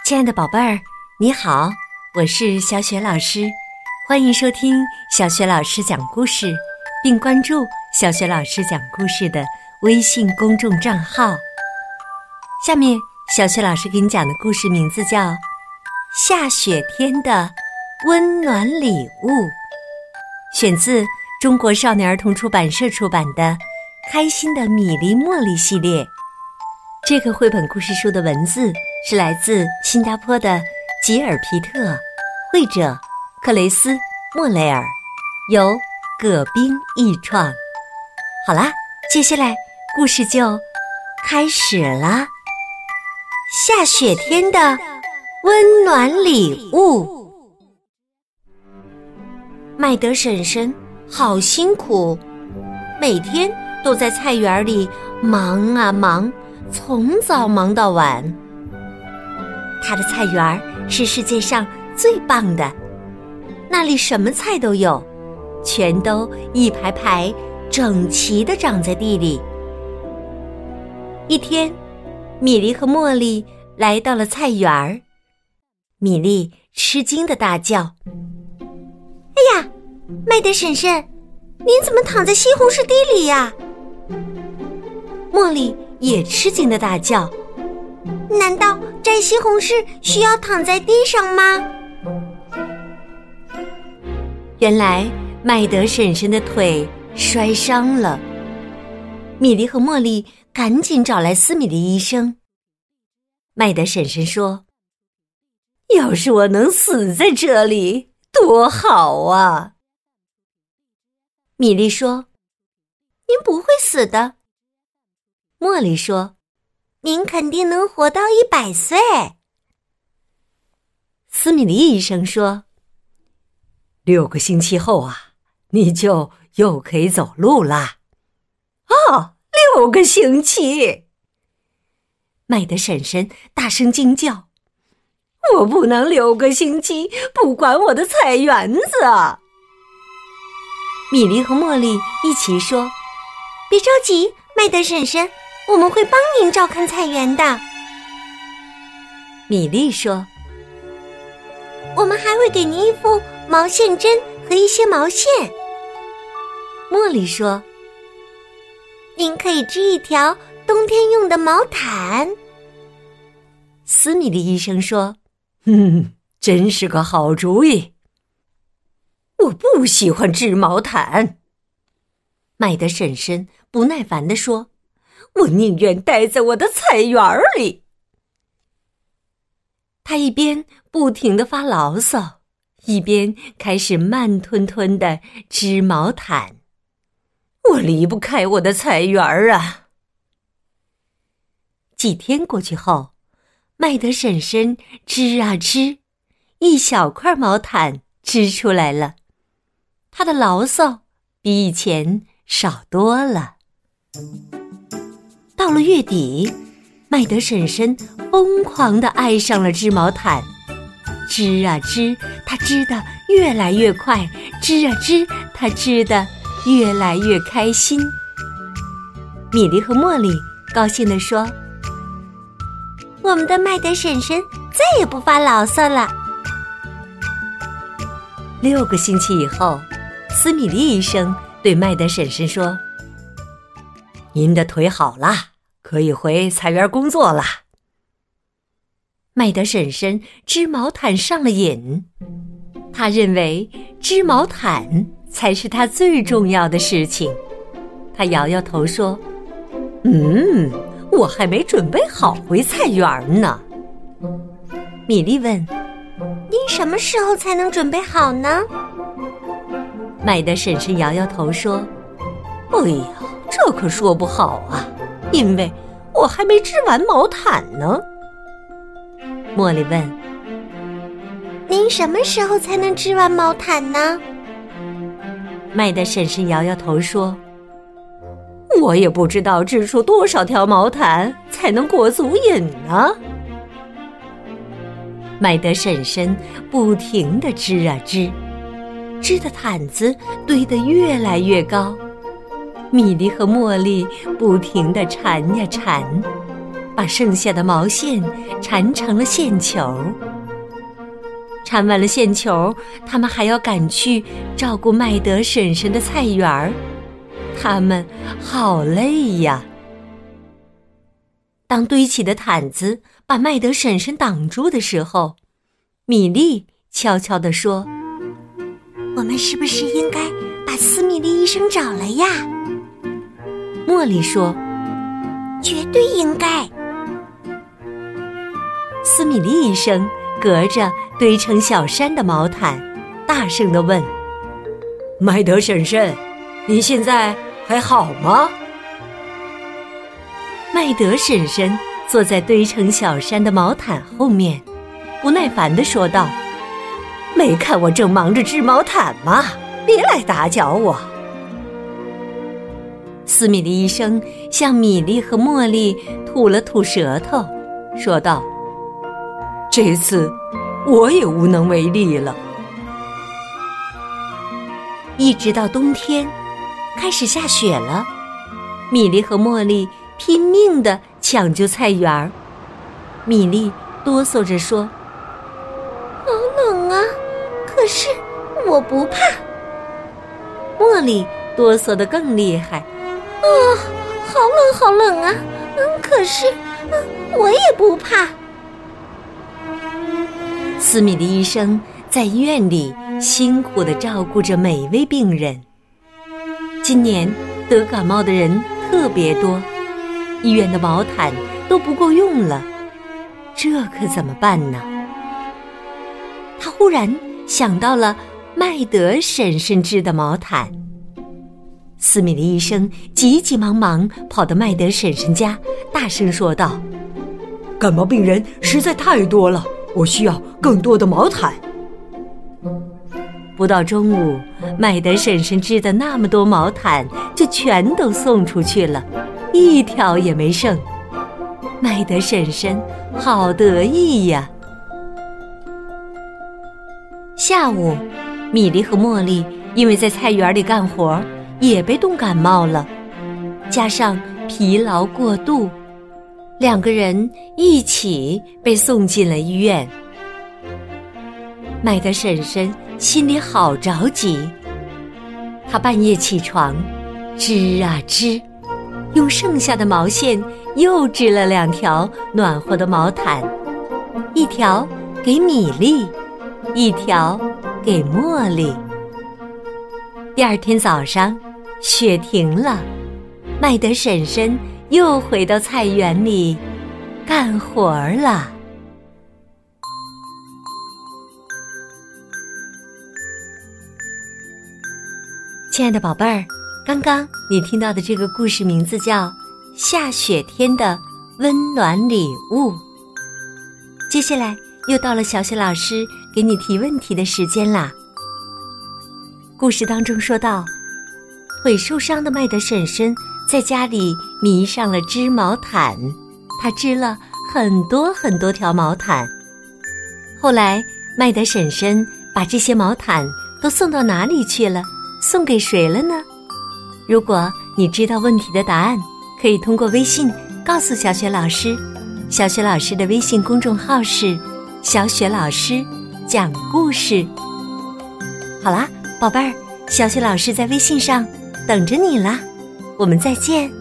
亲爱的宝贝儿，你好，我是小雪老师，欢迎收听小雪老师讲故事，并关注小雪老师讲故事的微信公众账号。下面小雪老师给你讲的故事名字叫《下雪天的温暖礼物》，选自中国少年儿童出版社出版的《开心的米粒茉莉》系列。这个绘本故事书的文字是来自新加坡的吉尔皮特，绘者克雷斯莫雷尔，由葛冰译创。好啦，接下来故事就开始了。下雪天的温暖礼物。麦德婶婶好辛苦，每天都在菜园里忙啊忙，从早忙到晚。他的菜园是世界上最棒的，那里什么菜都有，全都一排排整齐地长在地里。一天，米莉和茉莉来到了菜园，米莉吃惊地大叫：哎呀，麦德婶婶，您怎么躺在西红柿地里呀？茉莉也吃惊地大叫：难道摘西红柿需要躺在地上吗？原来麦德婶婶的腿摔伤了，米莉和茉莉赶紧找来斯米利医生。麦德婶婶说：要是我能死在这里多好啊！米莉说：您不会死的。茉莉说：您肯定能活到100岁。斯米利医生说：6个星期后啊，你就又可以走路啦。哦，6个星期！麦德婶婶大声惊叫：我不能6个星期不管我的菜园子。米莉和茉莉一起说：别着急，麦德婶婶，我们会帮您照看菜园的。米莉说：我们还会给您一副毛线针和一些毛线。茉莉说：您可以织一条冬天用的毛毯。斯米利医生说：真是个好主意。我不喜欢织毛毯。麦德婶婶不耐烦地说：我宁愿待在我的菜园里。他一边不停地发牢骚，一边开始慢吞吞地织毛毯。我离不开我的菜园啊！几天过去后，麦德婶婶织啊织，一小块毛毯织出来了。她的牢骚比以前少多了。到了月底，麦德婶婶疯狂地爱上了织毛毯。织啊织，她织得越来越快，织啊织，她织得越来越开心。米莉和茉莉高兴地说：我们的麦德婶婶再也不发牢骚了。6个星期以后，斯米利医生对麦德婶婶说：您的腿好啦，可以回菜园工作啦。麦德婶婶织毛毯上了瘾，她认为织毛毯才是她最重要的事情。她摇摇头说：我还没准备好回菜园呢。米莉问：您什么时候才能准备好呢？麦德婶婶摇摇头说：哎呀，这可说不好啊，因为我还没织完毛毯呢。茉莉问：您什么时候才能织完毛毯呢？麦德婶婶摇摇头说：我也不知道织出多少条毛毯才能过足瘾呢。麦德婶婶不停地织啊织，织的毯子堆得越来越高。米莉和茉莉不停地缠呀缠， 把剩下的毛线缠成了线球。缠完了线球，他们还要赶去照顾麦德婶婶的菜园儿，他们好累呀。当堆起的毯子把麦德婶婶挡住的时候，米莉悄悄地说：“ 我们是不是应该把斯米利医生找来呀？” 茉莉说：“ 绝对应该。” 斯米利医生隔着堆成小山的毛毯，大声地问：“麦德婶婶，你现在还好吗？”麦德婶婶坐在堆成小山的毛毯后面，不耐烦地说道：“没看我正忙着织毛毯吗？别来打搅我。”斯米利医生向米莉和茉莉吐了吐舌头，说道：“这次我也无能为力了。”一直到冬天，开始下雪了，米莉和茉莉拼命地抢救菜园儿。米莉哆嗦着说：“ 好冷啊，可是我不怕。” 茉莉哆嗦得更厉害：“ 好冷好冷啊，可是我也不怕。” 斯米利医生在医院里辛苦地照顾着每位病人。今年得感冒的人特别多，医院的毛毯都不够用了，这可怎么办呢？他忽然想到了麦德婶婶织的毛毯。斯米利医生急急忙忙跑到麦德婶婶家，大声说道：“感冒病人实在太多了，我需要更多的毛毯。”不到中午，麦德婶婶织的那么多毛毯就全都送出去了，一条也没剩。麦德婶婶好得意呀！下午，米莉和茉莉因为在菜园里干活，也被冻感冒了，加上疲劳过度，两个人一起被送进了医院。麦德婶婶心里好着急，她半夜起床，织啊织，用剩下的毛线又织了2条暖和的毛毯，一条给米莉，一条给茉莉。第二天早上，雪停了，麦德婶婶又回到菜园里干活了。亲爱的宝贝儿，刚刚你听到的这个故事名字叫《下雪天的温暖礼物》。接下来又到了小雪老师给你提问题的时间啦。故事当中说到，腿受伤的麦德婶婶在家里迷上了织毛毯，她织了很多很多条毛毯。后来麦德婶婶把这些毛毯都送到哪里去了？送给谁了呢？如果你知道问题的答案，可以通过微信告诉小雪老师。小雪老师的微信公众号是小雪老师讲故事。好啦，宝贝儿，小雪老师在微信上等着你啦，我们再见。